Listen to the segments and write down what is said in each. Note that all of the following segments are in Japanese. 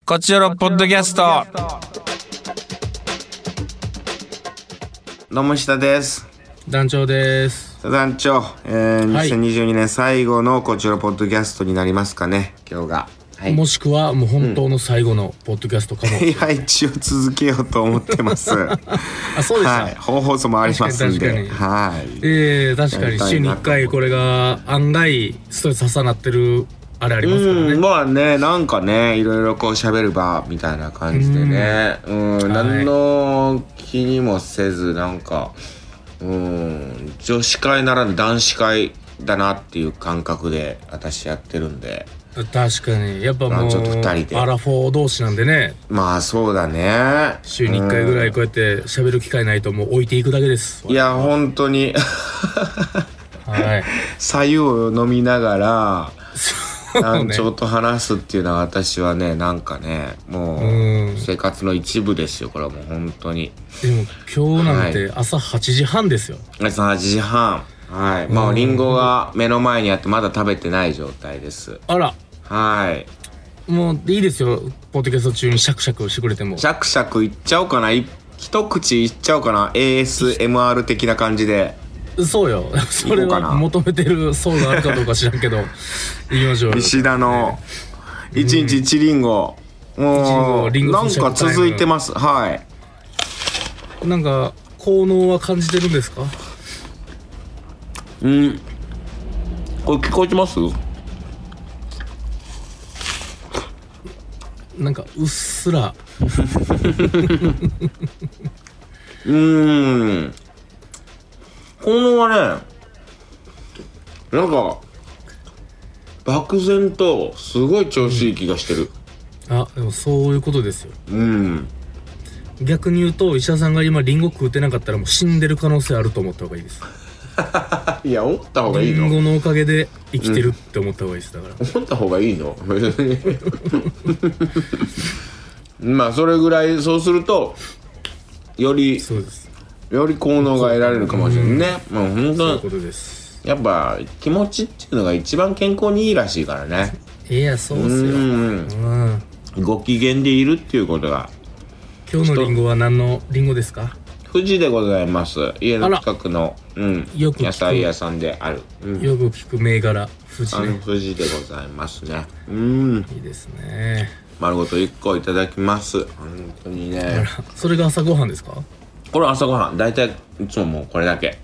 こちらのポッドキャスト。 どうも下です。 団長です。 団長、2022年最後のこちらのポッドキャストになりますかね、今日が。はい、 もしくはもう本当の最後のポッドキャストかも。 いや、一応続けようと思ってます。 あ、そうでした。 はい、本放送もありますんで。はい。 確かに週に1回これが案外ストレス発散なってるあれありますからね。 まあね、なんかね、いろいろこう喋る場みたいな感じでね、何の気にもせず、なんか女子会ならぬ男子会だなっていう感覚で私やってるんで。 確かにやっぱもうちょっと2人でアラフォー同士なんでね。 まあそうだね。 週に1回ぐらいこうやって喋る機会ないともう置いていくだけです。 いや本当にはい。 白湯を飲みながら団ね、 長と話すっていうのは私はね、なんかね、もう生活の一部ですよ。これはもう本当に。 でも今日なんて朝8時半ですよ。 朝8時半。はい。まあリンゴが目の前にあってまだ食べてない状態です。 あら。 はい。 もういいですよ。ポッドキャスト中にシャクシャクしてくれても。 シャクシャクいっちゃおうかな。一口いっちゃおうかな。ASMR 的な感じで。 そうよ。それは求めてる層があるかどうか知らんけど言いましょう。 石田の1日1リンゴ、もうなんか続いてます。はい。 なんか効能は感じてるんですか？ これ聞こえてます？ なんかうっすら効能はね、なんか漠然とすごい調子いい気がしてる。 あ、でもそういうことですよ。逆に言うと医者さんが今リンゴ食うてなかったらもう死んでる可能性あると思った方がいいです。 いや、思った方がいいの？ リンゴのおかげで生きてるって思った方がいいです。だから思った方がいいの？まあそれぐらい、そうするとよりそうです。 より効能が得られるかもしれないね。もう本当にそういうことです。 やっぱ気持ちっていうのが一番健康にいいらしいからね。 いや、そうっすよ。 ご機嫌でいるっていうことが。 今日のリンゴは何のリンゴですか？ 富士でございます。家の近くの野菜屋さんである、 よく聞く銘柄富士ね。 富士でございますね。 いいですね。 丸ごと1個いただきます。本当にね。 それが朝ごはんですか？ これ朝ごはん。だいたいいつももうこれだけ。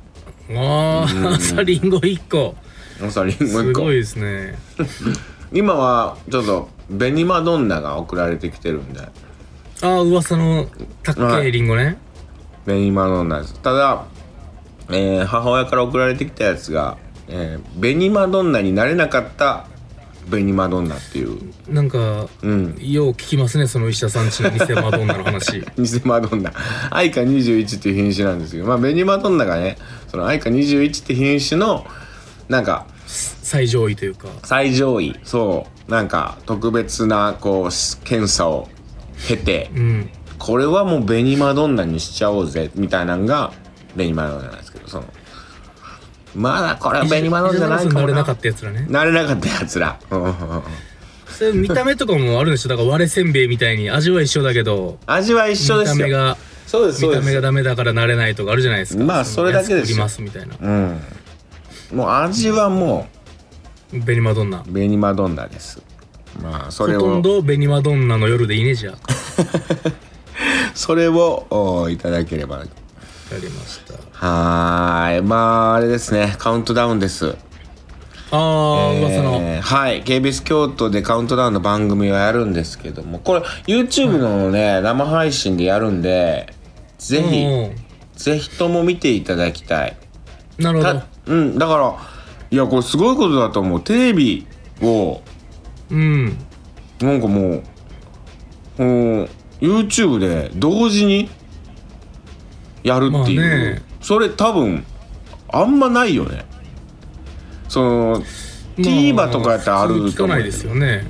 朝リンゴ1個。 朝リンゴ1個。 すごいですね。 今はちょっと紅マドンナが送られてきてるんで。 噂の高いリンゴね。 紅マドンナです。ただ、母親から送られてきたやつが、紅マドンナになれなかった紅マドンナっていう。 なんか、よう聞きますね、その医者さんちの偽マドンナの話。 偽マドンナ。アイカ21っていう品種なんですけど、まあ紅マドンナがね、そのアイカ21って品種の、なんか、 最上位というか。 最上位。そう。なんか、特別な、こう、検査を経て、これはもう紅マドンナにしちゃおうぜみたいなのが紅マドンナなんですけど、そのまだこれは紅マドンナじゃないかもな。 慣れなかったやつらね。 慣れなかったやつら。 それ見た目とかもあるんでしょ。だから割れせんべいみたいに味は一緒だけど、 味は一緒ですよ。 見た目がそうですそうです。 見た目がダメだから慣れないとかあるじゃないですか。 まあそれだけですよ。 ますみたいな。 もう味はもう紅マドンナ。 紅マドンナです。まあそれをほとんど紅マドンナの夜でいいねじゃあ。 それをいただければ。 わかりました。 まああれですね、カウントダウンです。 噂のはい、KBS 京都でカウントダウンの番組をやるんですけども、これ YouTube のね、生配信でやるんで、ぜひとも見ていただきたい。 なるほど。 だからいや、これすごいことだと思う。テレビをなんかもうYouTube で同時にやるっていう、それ多分あんまないよね。その TVer とかやったらあると思う。聞かないですよね。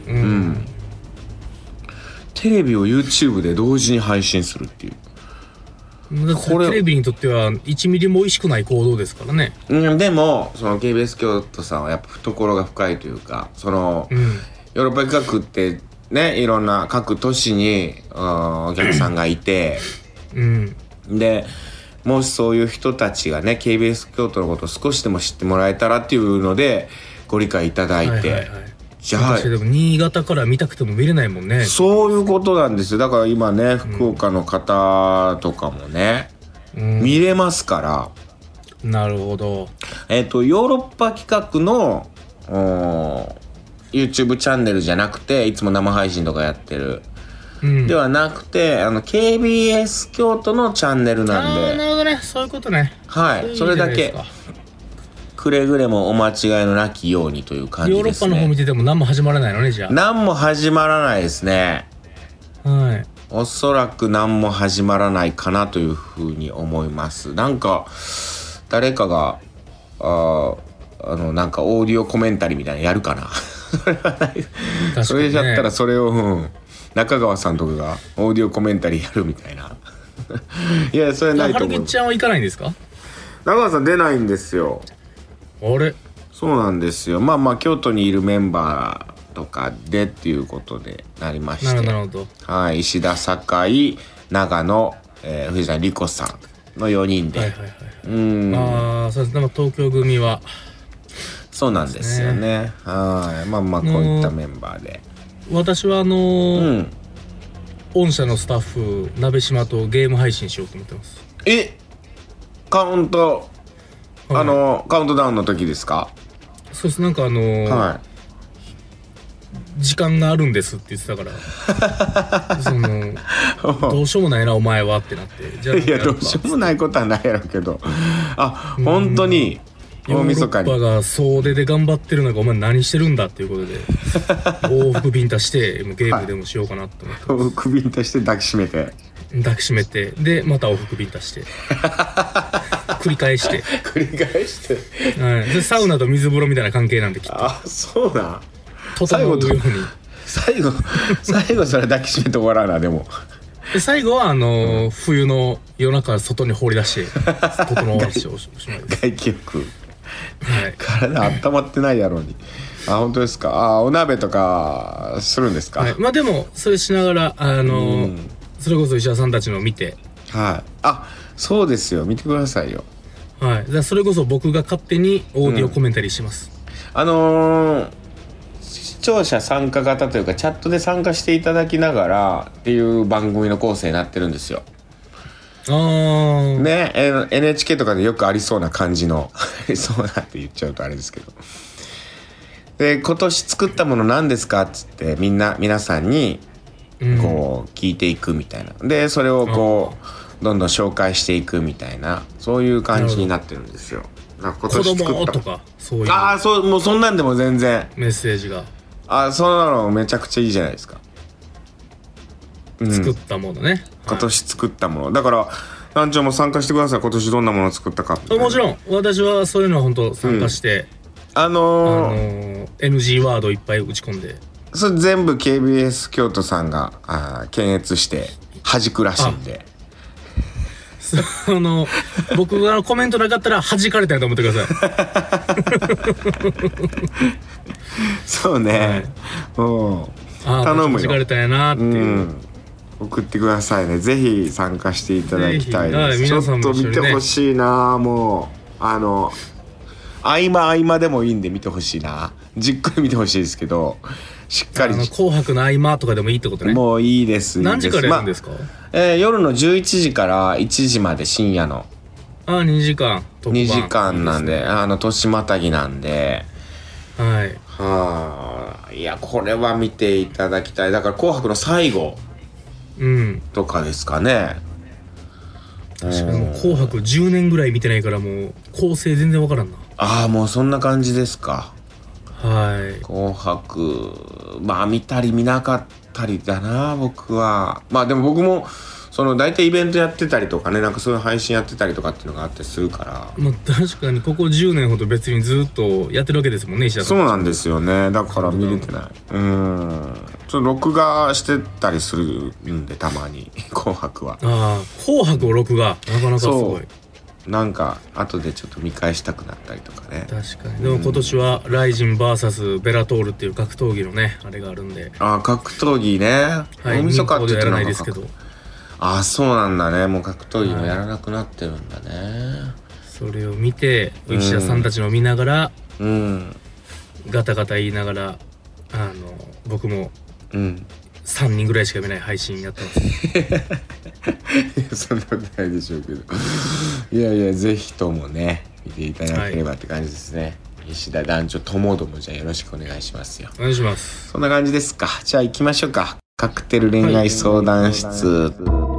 テレビを YouTube で同時に配信するっていう。 これテレビにとっては1ミリも美味しくない行動ですからね。 でもその KBS 京都さんはやっぱ懐が深いというか、その、ヨーロッパ企画ってね、いろんな各都市にお客さんがいて、 うん、 でもしそういう人たちがね KBS 京都のことを少しでも知ってもらえたらっていうのでご理解いただいて、 じゃあでも新潟から見たくても見れないもんね。 そういうことなんですよ。だから今ね福岡の方とかもね、見れますから。 なるほど。 ヨーロッパ企画のYouTube チャンネルじゃなくて、いつも生配信とかやってる、ではなくてKBS 京都のチャンネルなんで。 なるほどね、そういうことね。 はい、それだけくれぐれもお間違いのなきようにという感じですね。 ヨーロッパの方見てても何も始まらないのね、じゃあ。 何も始まらないですね。 はい。 おそらく何も始まらないかなというふうに思います。なんか誰かがなんかオーディオコメンタリーみたいなのやるかなそれはない、ね、それじゃったらそれを、中川さんとかがオーディオコメンタリーやるみたいないやそれないと思う。 はるきちゃんは行かないんですか？ 中川さん出ないんですよ。 あれ、 そうなんですよ。まあ京都にいるメンバーとかでっていうことでなりまして、 なるほど、 はい、石田酒井長野、藤谷莉子さんの4人で、 そうですね。東京組はそうなんですよね。はい、まあこういったメンバーで、 私は御社のスタッフ鍋島とゲーム配信しようと思ってます。 カウント、カウントダウンの時ですか？ そうです。なんか時間があるんですって言ってたからどうしようもないなお前はってなって、じゃあいやどうしようもないことはないやろうけど、本当にヨーロッパが総出で頑張ってる中お前何してるんだっていうことで往復ビンタしてゲームでもしようかなと思って、 往復ビンタして抱きしめてでまた往復ビンタして繰り返して、はい、でサウナと水風呂みたいな関係なんできっと。 そうだ。 整うように最後それ抱きしめて終わらな。でもで最後は冬の夜中外に放り出して整わせておしまいです。 外気浴、はい、体温まってないやろうに。本当ですか？お鍋とかするんですか？ はい、まあでもそれしながらそれこそ石田さんたちのを見て、 はい、そうですよ、見てくださいよ。 はい、じゃあそれこそ僕が勝手にオーディオコメンタリーします。 視聴者参加型というかチャットで参加していただきながらっていう番組の構成になってるんですよ。ね、NHK とかでよくありそうな感じのそうなって言っちゃうとあれですけど、で今年作ったもの何ですかっつって皆さんにこう聞いていくみたいな、でそれをこうどんどん紹介していくみたいな、そういう感じになってるんですよ。 今年作った子供とかそういうそう、もうそんなんでも全然メッセージがそんなのめちゃくちゃいいじゃないですか。 作ったものね、 今年作ったものだから団長も参加してください。今年どんなものを作ったか。 もちろん私はそういうのは本当参加して、NG ワードいっぱい打ち込んで、 それ全部 KBS 京都さんが検閲して弾くらしいんで、 僕がコメントなかったら弾かれたんやと思ってくださいそうね、頼むよ。 弾かれたんやなっていう、 送ってくださいね。ぜひ参加していただきたいです。 ちょっと見てほしいな。もう合間でもいいんで見てほしいな。じっくり見てほしいですけど、しっかり紅白の合間とかでもいいってことね。 もういいです。 何時からやるんですか？ 夜の11時から1時まで、深夜の 2時間 2時間なんで、年またぎなんで、いやこれは見ていただきたい。だから紅白の最後とかですかね。 確かにもう紅白10年ぐらい見てないからもう構成全然わからんな。 もうそんな感じですか。 はい。 紅白見たり見なかったりだな僕は。でも僕も大体イベントやってたりとかね、なんかそういう配信やってたりとかっていうのがあったりするから。 確かにここ10年ほど別にずっとやってるわけですもんね、石田さん。 そうなんですよね。だから見れてない。ちょっと録画してたりするんで、たまに紅白は。 紅白を録画なかなかすごい。 なんか後でちょっと見返したくなったりとかね。 確かに。でも今年はライジン VS ベラトールっていう格闘技のねあれがあるんで。 あ、格闘技ね。大晦日って言ってやらないですけど。 あ、そうなんだね。もう格闘技もやらなくなってるんだね。 それを見て石田さんたちの見ながら、ガタガタ言いながら僕も3人ぐらいしか見ない配信やってます。 そんなことないでしょうけど。いやいや、ぜひともね見ていただければって感じですね。石田団長ともども、じゃあよろしくお願いしますよ。 お願いします。 そんな感じですか。じゃあ行きましょうか。カクテル恋愛相談室、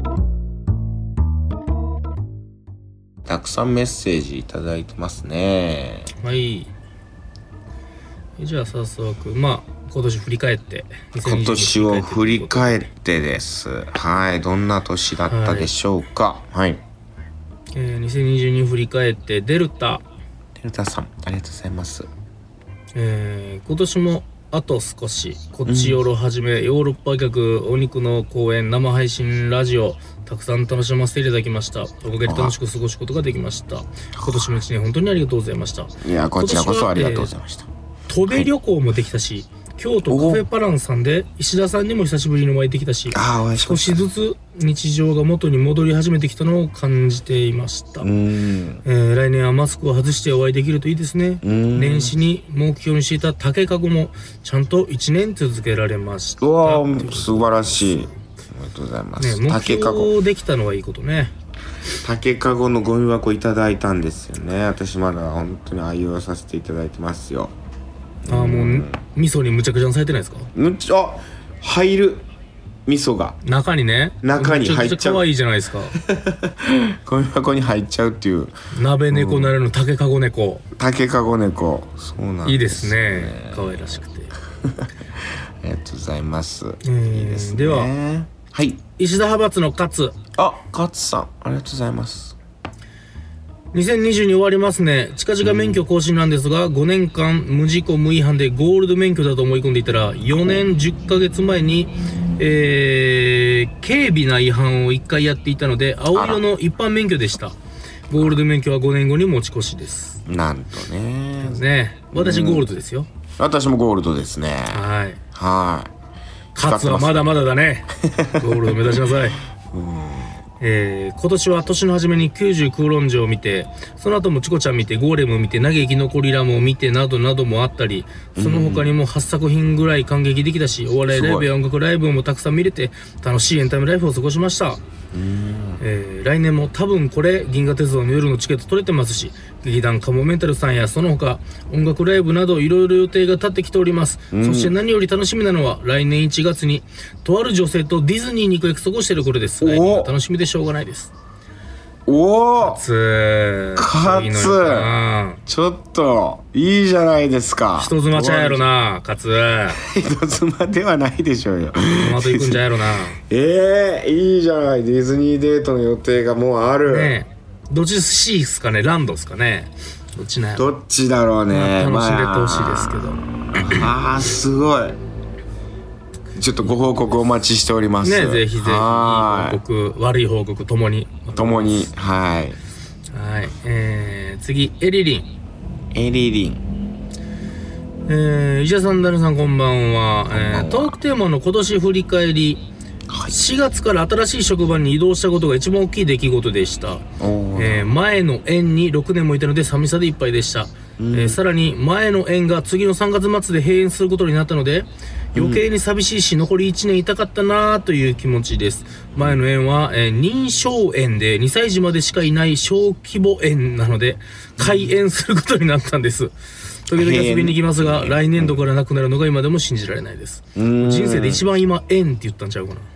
たくさんメッセージいただいてますね。 はい。じゃあ早速今年振り返って今年を振り返ってです。はい、どんな年だったでしょうか。はい、 2022振り返って、デルタさんありがとうございます。 今年もあと少しこっちよろはじめ、ヨーロッパ客お肉の公演、生配信、ラジオたくさん楽しませていただきました。おかげで楽しく過ごすことができました。今年も1年本当にありがとうございました。 いや、こちらこそありがとうございました。 渡米旅行もできたし、京都カフェパランさんで石田さんにも久しぶりにお会いできたし、少しずつ日常が元に戻り始めてきたのを感じていました。来年はマスクを外してお会いできるといいですね。年始に目標にしていた竹かごもちゃんと1年続けられました。 うわー、素晴らしい。ありがとうございます。 ね、目標できたのはいいことね。 竹かごのゴミ箱いただいたんですよね。私まだ本当に愛用させていただいてますよ。 もう味噌にむちゃくちゃにされてないですか？ 入る味噌が中に入っちゃう。めちゃくちゃ可愛いじゃないですか。 ゴミ箱に入っちゃうっていう。 鍋猫なれの竹かご猫。 竹かご猫、そうなんですね。 いいですね。可愛らしくて。 ありがとうございます。いいですね。 では、 はい。 石田派閥の勝。 勝さん、ありがとうございます。 2020に終わりますね。近々免許更新なんですが、5年間無事故無違反でゴールド免許だと思い込んでいたら、4年10ヶ月前に、軽微な違反を1回やっていたので、青色の一般免許でした。ゴールド免許は5年後に持ち越しです。 なんとね。 私ゴールドですよ。 私もゴールドですね。 はい。 勝はまだまだだね。ゴールド目指しなさい。今年は年の初めに90空論城を見て、その後もチコちゃん見て、ゴーレムを見て、嘆き残りラムを見てなどなどもあったり、その他にも8作品ぐらい感激できたし、お笑いライブや音楽ライブもたくさん見れて楽しいエンタメライフを過ごしました。来年も多分これ銀河鉄道の夜のチケット取れてますし、劇団カモメンタルさんやその他音楽ライブなどいろいろ予定が立ってきております。そして何より楽しみなのは来年1月にとある女性とディズニーに行く約束をしている頃です。来年が楽しみでしょうがないです。 勝ちょっといいじゃないですか。 人妻ちゃんやろな。勝人妻ではないでしょうよ。 この後行くんじゃやろな。 いいじゃない。ディズニーデートの予定がもうあるね。どっちシーっすかね、ランドっすかね。どっちなんやろ。 どっちだろうね。 楽しんでってほしいですけど。 すごい。ちょっとご報告お待ちしております。 ね、ぜひぜひいい報告、悪い報告ともに。 はい。 次、エリリン。石田さん、ダルさん、こんばんは。トークテーマの今年振り返り。4月から新しい職場に移動したことが一番大きい出来事でした。前の園に6年もいたので寂しさでいっぱいでした。さらに前の園が次の3月末で閉園することになったので余計に寂しいし、残り1年いたかったなという気持ちです。前の園は、認証園で2歳児までしかいない小規模園なので開園することになったんです。時々遊びに行きますが、来年度からなくなるのが今でも信じられないです。人生で一番今園って言ったんちゃうかな。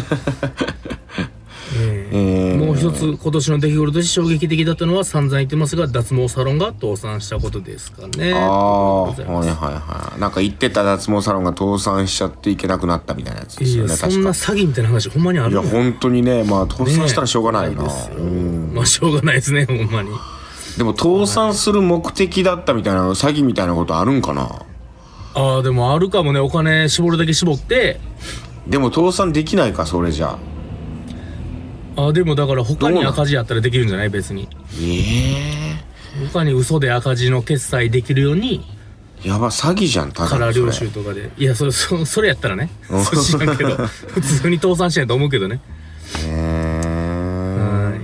もう一つ今年の出来事として衝撃的だったのは散々言ってますが、脱毛サロンが倒産したことですかね。なんか言ってた脱毛サロンが倒産しちゃっていけなくなったみたいなやつですよね。 そんな詐欺みたいな話ほんまにあるの？ いや本当にね、倒産したらしょうがないな。 しょうがないですね、ほんまに。 でも倒産する目的だったみたいな詐欺みたいなことあるんかな。 でもあるかもね。お金絞るだけ絞って。 でも倒産できないか、それじゃ。 あ、でもだから他に赤字やったらできるんじゃない？別に。他に嘘で赤字の決済できるように。 やば、詐欺じゃん、ただから領収とかで。いや、それやったらね。知らんけど。普通に倒産しないと思うけどね。 はい。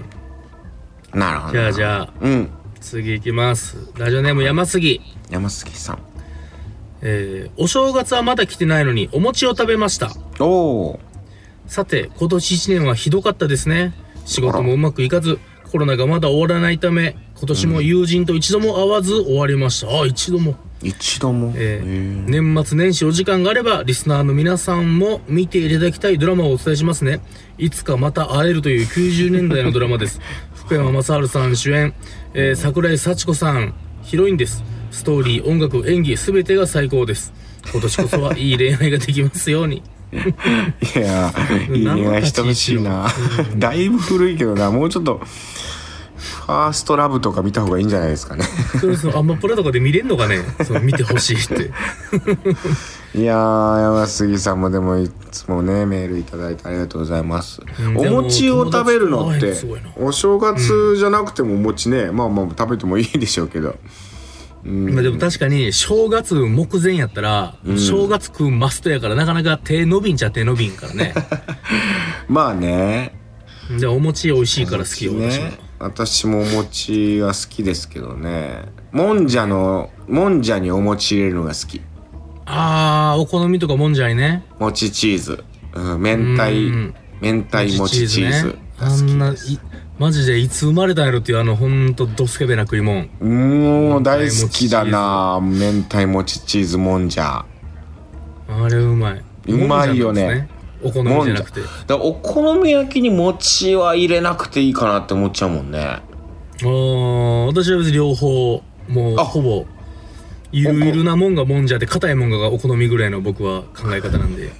なるほど。 じゃあ、次行きます。ラジオネーム山杉。 山杉さん。 お正月はまだ来てないのにお餅を食べました。 おー。 さて、今年1年はひどかったですね。仕事もうまくいかず、コロナがまだ終わらないため、今年も友人と一度も会わず終わりました。一度も。年末年始お時間があればリスナーの皆さんも見ていただきたいドラマをお伝えしますね。いつかまた会えるという90年代のドラマです。福山雅治さん主演、桜井幸子さんヒロインです。ストーリー、音楽、演技全てが最高です。今年こそはいい恋愛ができますように。 いや、いい恋愛してほしいな。だいぶ古いけどな、もうちょっとファーストラブとか見た方がいいんじゃないですかね。 アマプラとかで見れんのかね、その見てほしいって。 いやー、山杉さんもでもいつもねメールいただいてありがとうございます。お餅を食べるのってお正月じゃなくてもお餅ね、まあまあ食べてもいいでしょうけど、 でも確かに正月目前やったら、正月食うマストやからなかなか手伸びんからね。 まあね。 でお餅美味しいから好きよ、 私もお餅が好きですけどね。もんじゃにお餅入れるのが好き。 お好みとかもんじゃにね。 餅チーズ、明太餅チーズ。 あんなマジでいつ生まれたんやろっていうほんとドスケベな食いもん。 もう大好きだな、明太餅チーズもんじゃ。 あれうまいよね。 お好みじゃなくて。 だお好み焼きに餅は入れなくていいかなって思っちゃうもんね。 私は別に両方もうほぼゆるゆるなもんがもんじゃで硬いもんがお好みぐらいの僕は考え方なんで。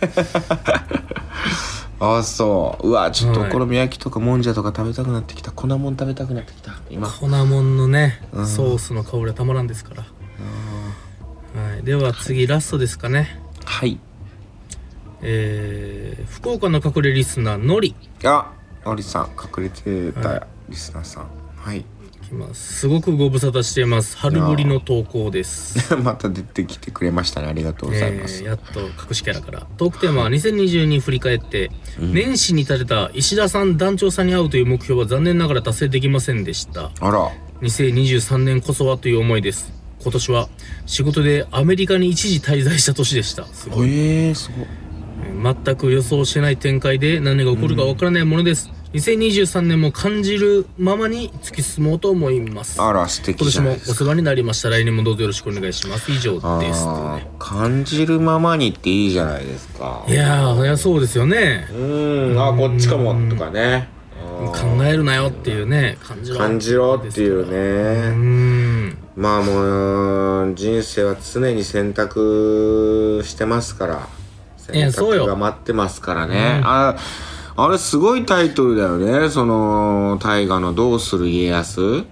そう。うわ、ちょっとお好み焼きとかもんじゃとか食べたくなってきた。粉もん食べたくなってきた今。 粉もんのね、ソースの香りはたまらんですから。では次ラストですかね。 はい。 福岡の隠れリスナーのり。 のりさん、隠れてたリスナーさん。はい。 すごくご無沙汰しています。春ぶりの投稿です。 また出てきてくれましたね。ありがとうございます。 やっと隠しキャラから。トークテーマは2022振り返って、年始に立てた石田さん団長さんに会うという目標は残念ながら達成できませんでした。2023年こそはという思いです。今年は仕事でアメリカに一時滞在した年でした。すごい。すごい。全く予想してない展開で何が起こるかわからないものです。2023年も感じるままに突き進もうと思います。 素敵じゃないですか。 今年もお世話になりました。来年もどうぞよろしくお願いします。以上です。 感じるままにっていいじゃないですか。 いやそうですよね。 こっちかもとかね。 考えるなよっていうね。 感じろっていうね。まあもう人生は常に選択してますから。選択が待ってますからね。あれすごいタイトルだよね。その大河のどうする家康。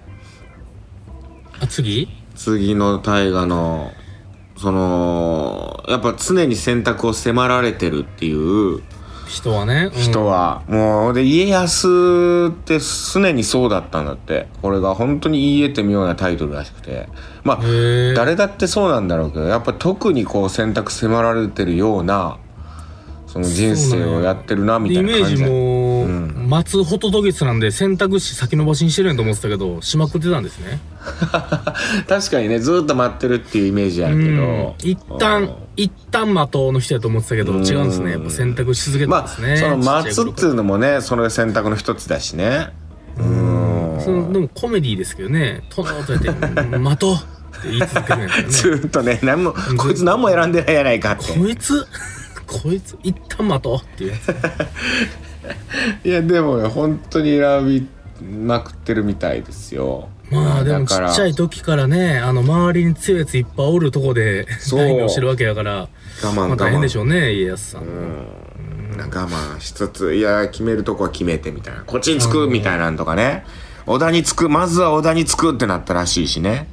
次の大河のそのやっぱ常に選択を迫られてるっていう人はね。 人はもうで家康って常にそうだったんだって。これが本当に言い得て妙なタイトルらしくて、まあ誰だってそうなんだろうけど、やっぱ特にこう選択迫られてるようなその人生をやってるなみたいな感じで、イメージも待つホトトギスなんで選択肢先延ばしにしてるんと思ってたけどしまくってたんですね。 確かにね、ずっと待ってるっていうイメージあるけど、 一旦待とうの人やと思ってたけど違うんですね。やっぱ選択し続けたんですね。 その待つっていうのもね、その選択の一つだしね。 でもコメディーですけどね、となとやって待とうって言い続けるんですよね。 ずっとね、こいつ何も選んでないやないかって。 こいつ一旦待とうっていうやつ。 いやでも本当に選びまくってるみたいですよ。 まあでもちっちゃい時からね、周りに強いやついっぱいおるとこで大名してるわけやから、大変でしょうね、家康さん。 我慢しつつ、いや決めるとこは決めてみたいな、こっちにつくみたいなんとかね、織田につく、まずは織田につくってなったらしいしね。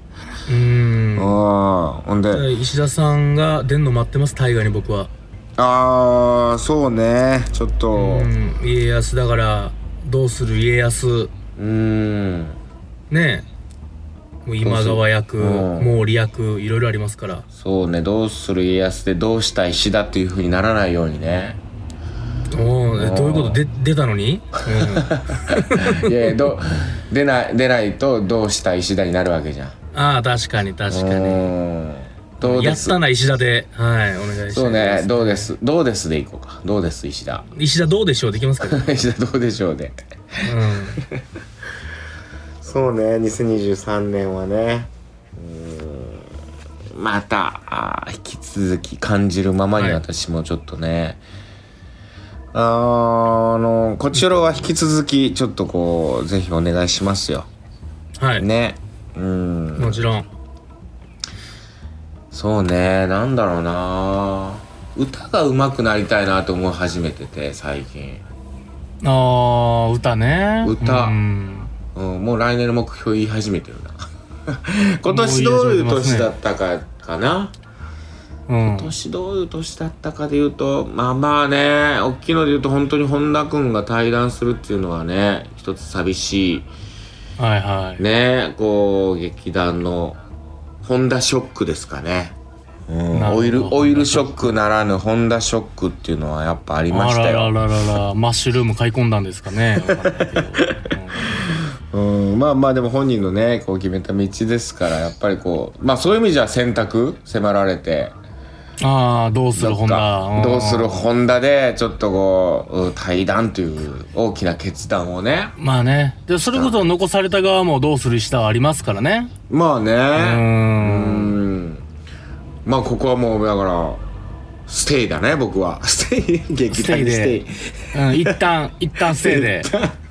ほんで石田さんが出んの待ってます、大河に僕は。 そうね、ちょっと家康だからどうする家康、ねもう今川役、毛利役、いろいろありますから。 そうね、どうする家康でどうした石田っていう風にならないようにね。 どういうこと？出たのに、 いや出ないとどうした石田になるわけじゃん。 ああ、確かにどうです、やったな石田で、はい、お願いします。 そうね、どうですでいこうか。どうです石田どうでしょうできますかね。 石田どうでしょうで、そうね、2023年はね、また引き続き感じるままに私もちょっとね、こちらは引き続きちょっとこうぜひお願いしますよ。 はいね、 もちろん。 そうね、なんだろうな、歌が上手くなりたいなと思い始めてて最近。 歌ね。 もう来年の目標言い始めてるな。今年どういう年だったかな。今年どういう年だったかで言うと、まあね、大きいので言うと本当に本田君が退団するっていうのはね、一つ寂しい。ね、こう劇団の本田ショックですかね。オイルショックならぬ本田ショックっていうのはやっぱありましたよ。 マッシュルーム買い込んだんですかね。 まあでも本人のねこう決めた道ですから、やっぱりこうそういう意味じゃ選択迫られて、 どうする本田でちょっとこう退団という大きな決断をね。 でそれこそ残された側もどうする石田はありますからね。 ここはもうだからステイだね、僕は。ステイ、劇団にステイ。 一旦ステイで。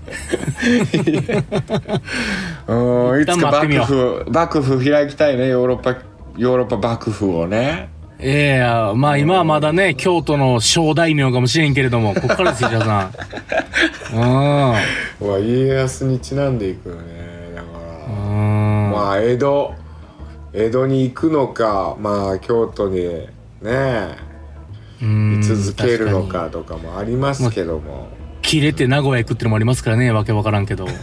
いつか幕府開きたいね、ヨーロッパ幕府をね。 今はまだね、京都の小大名かもしれんけれども、こっからですよ、石田さん。家康にちなんでいくよね。だから江戸に行くのか、京都にね居続けるのかとかもありますけども、 切れて名古屋行くってのもありますからね、わけわからんけど。い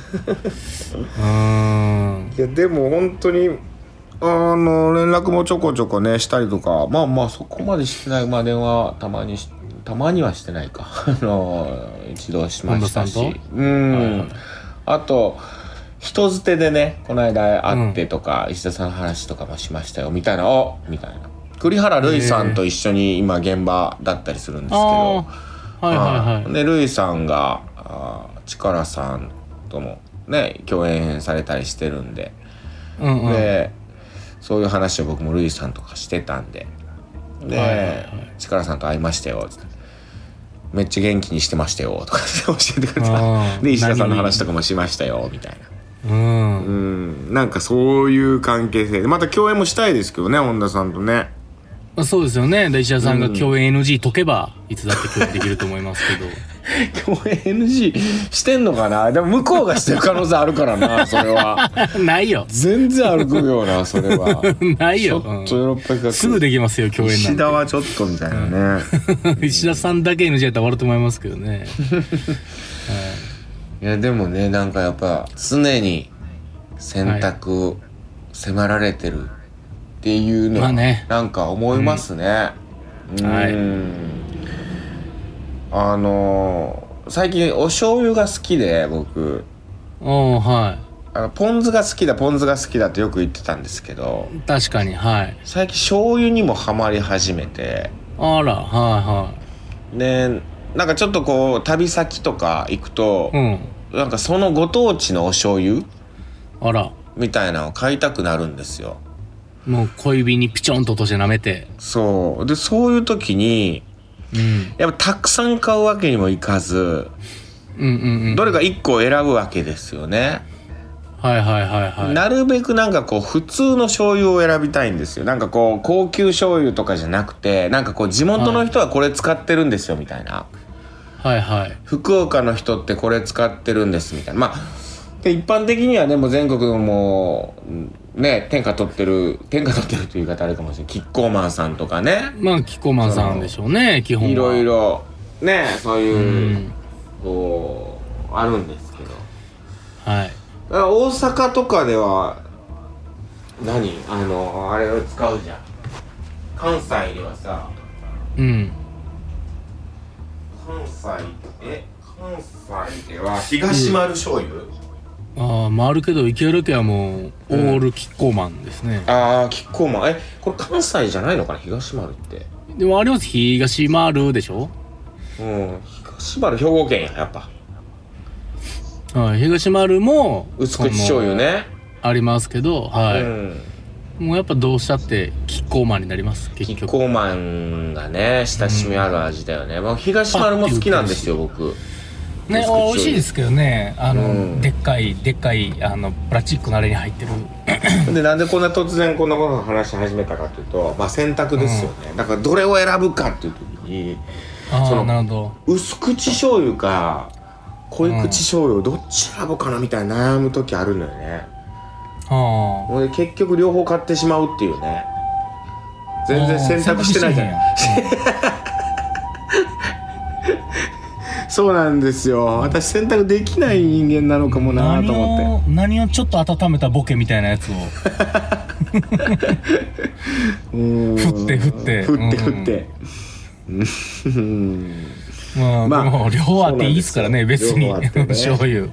やでも本当に連絡もちょこちょこねしたりとか、そこまでしてない。電話たまにはしてないか。一度しましたし、あと人づてでね、この間会ってとか、石田さんの話とかもしましたよみたいな、栗原類さんと一緒に今現場だったりするんですけど、で類さんが力さんともね共演されたりしてるんで、でそういう話を僕も類さんとかしてたんで、力さんと会いましたよって、めっちゃ元気にしてましたよとか教えてくれた。で石田さんの話とかもしましたよみたいな。なんかそういう関係性でまた共演もしたいですけどね、本田さんとね。 そうですよね。石田さんが共演 NG 解けばいつだって共演できると思いますけど。 共演 NG してんのかな。でも向こうがしてる可能性あるからな、それは。 ないよ。 全然歩くよな、それは。 ないよ。 ちょっとヨーロッパ企画すぐできますよ、共演なんて。 石田はちょっとみたいなね。 石田さんだけ NG やったら終わると思いますけどね。 いやでもね、なんかやっぱ常に選択迫られてるっていうのはなんか思いますね。最近お醤油が好きで、僕ポン酢が好きだってよく言ってたんですけど、 確かに最近醤油にもハマり始めて、でなんかちょっとこう旅先とか行くと、なんかそのご当地のお醤油みたいなのを買いたくなるんですよ。 もう小指にピチョンと落として舐めて。 そうで、そういう時に、やっぱたくさん買うわけにもいかず、どれか1個選ぶわけですよね。なるべくなんかこう普通の醤油を選びたいんですよ。なんかこう高級醤油とかじゃなくて、なんかこう地元の人はこれ使ってるんですよみたいな。福岡の人ってこれ使ってるんですみたいな。で一般的にはね、もう全国のもうね天下取ってるという言い方あるかもしれない。キッコーマンさんとかね。 キッコーマンさんでしょうね、基本は。 いろいろね、そういう、 あるんですけど、 はい。 だから大阪とかではあれを使うじゃん。関西ではさ、 うん。 関西では東丸醤油、 ああ、あるけど池原家はもうオールキッコーマンですね。 ああ、キッコーマン。これ関西じゃないのかな、東丸って。 でもあります、東丸でしょ。 うん、東丸兵庫県やっぱ。 はい、東丸も薄口醤油ねありますけど、はい、もうやっぱどうしたってキッコーマンになります。結局キッコーマンがね親しみある味だよね。東丸も好きなんですよ僕ね。美味しいですけどね、でっかいプラスチックのあれに入ってるで、なんでこんな突然こんなことの話し始めたかというと、選択ですよね、だからどれを選ぶかっていう時に、 なるほど、 薄口醤油か濃い口醤油をどっち選ぶかなみたいな悩む時あるのよね。で結局両方買ってしまうっていうね。全然選択してないじゃん。そうなんですよ。私選択できない人間なのかもなと思って。 何をちょっと温めたボケみたいなやつを振ってまあ、でも両方あっていいですからね、別に、ね、醤油。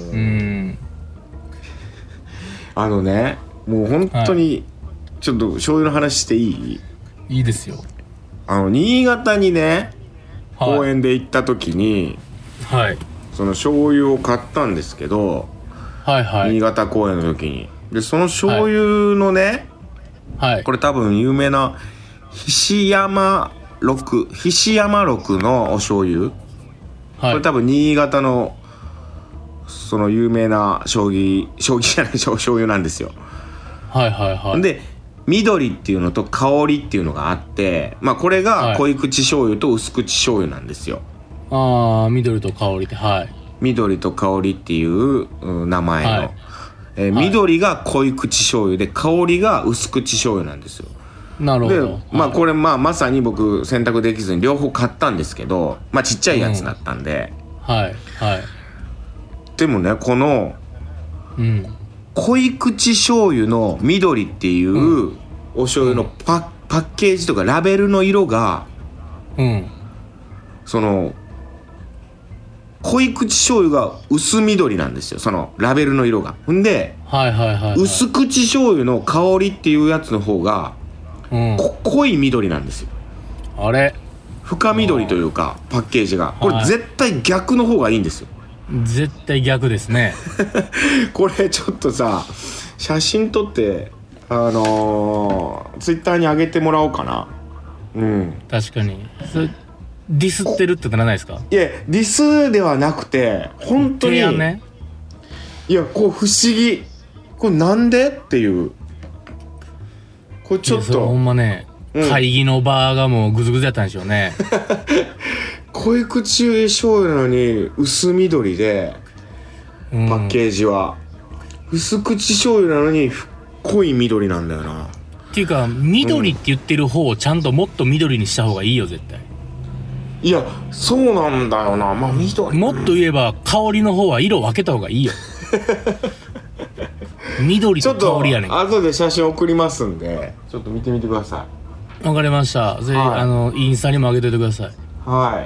もう本当にちょっと醤油の話していい？ いいですよ。 新潟にね、公園で行った時に、はい、その醤油を買ったんですけど、はいはい、新潟公園の時にでその醤油のね、はい、これ多分有名な菱山六のお醤油、はい、これ多分新潟のその有名な醤油なんですよ。はいはいはい。で緑っていうのと香りっていうのがあって、これが濃い口醤油と薄口醤油なんですよ。 ああ、緑と香りって、はい。 緑と香りっていう名前の、はい、緑が濃い口醤油で香りが薄口醤油なんですよ。なるほど。で、これまさに僕選択できずに両方買ったんですけど、ちっちゃいやつだったんで、はいはい。でもね、この、濃い口醤油の緑っていうお醤油のパッケージとかラベルの色が、その濃い口醤油が薄緑なんですよ、そのラベルの色が。ほんで、薄口醤油の香りっていうやつの方が、濃い緑なんですよ。あれ、深緑というかパッケージがこれ絶対逆の方がいいんですよ。絶対逆ですね。これちょっとさ、写真撮ってツイッターに上げてもらおうかな。確かに。ディスってるってならないですか？いや、ディスではなくて本当に、いや、こう不思議、これなんでっていう、これちょっとほんまね、会議の場がもうグズグズやったんでしょうね。濃い口醤油なのに薄緑で、パッケージは薄口醤油なのに濃い緑なんだよな。っていうか緑って言ってる方をちゃんともっと緑にした方がいいよ、絶対。いや、そうなんだよな。緑、もっと言えば香りの方は色分けた方がいいよ。緑と香りやねん。ちょっと後で写真送りますんで、ちょっと見てみてください。わかりました。ぜひ、インスタにも上げといてください。はい。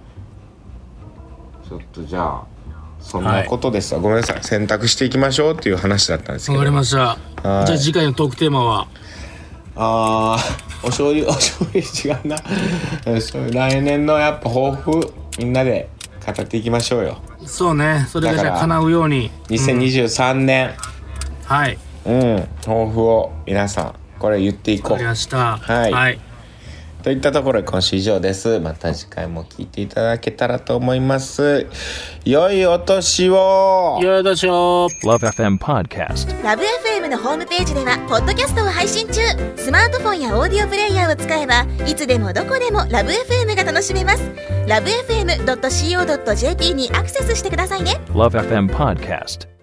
ちょっとじゃあそんなことですわ、ごめんなさい。選択していきましょうっていう話だったんですけど。わかりました。じゃあ次回のトークテーマは、お醤油違うな。来年のやっぱ抱負みんなで語っていきましょうよ。そうね、それがじゃあ叶うように2023年、はい、抱負を皆さんこれ言っていこう。わかりました。はい、といったところで今週以上です。また次回も聞いていただけたらと思います。良いお年を。良いお年を。 LoveFM Podcast。LoveFM のホームページではポッドキャストを配信中。スマートフォンやオーディオプレイヤーを使えばいつでもどこでも LoveFM が楽しめます。 LoveFM.co.jp にアクセスしてくださいね。LoveFM Podcast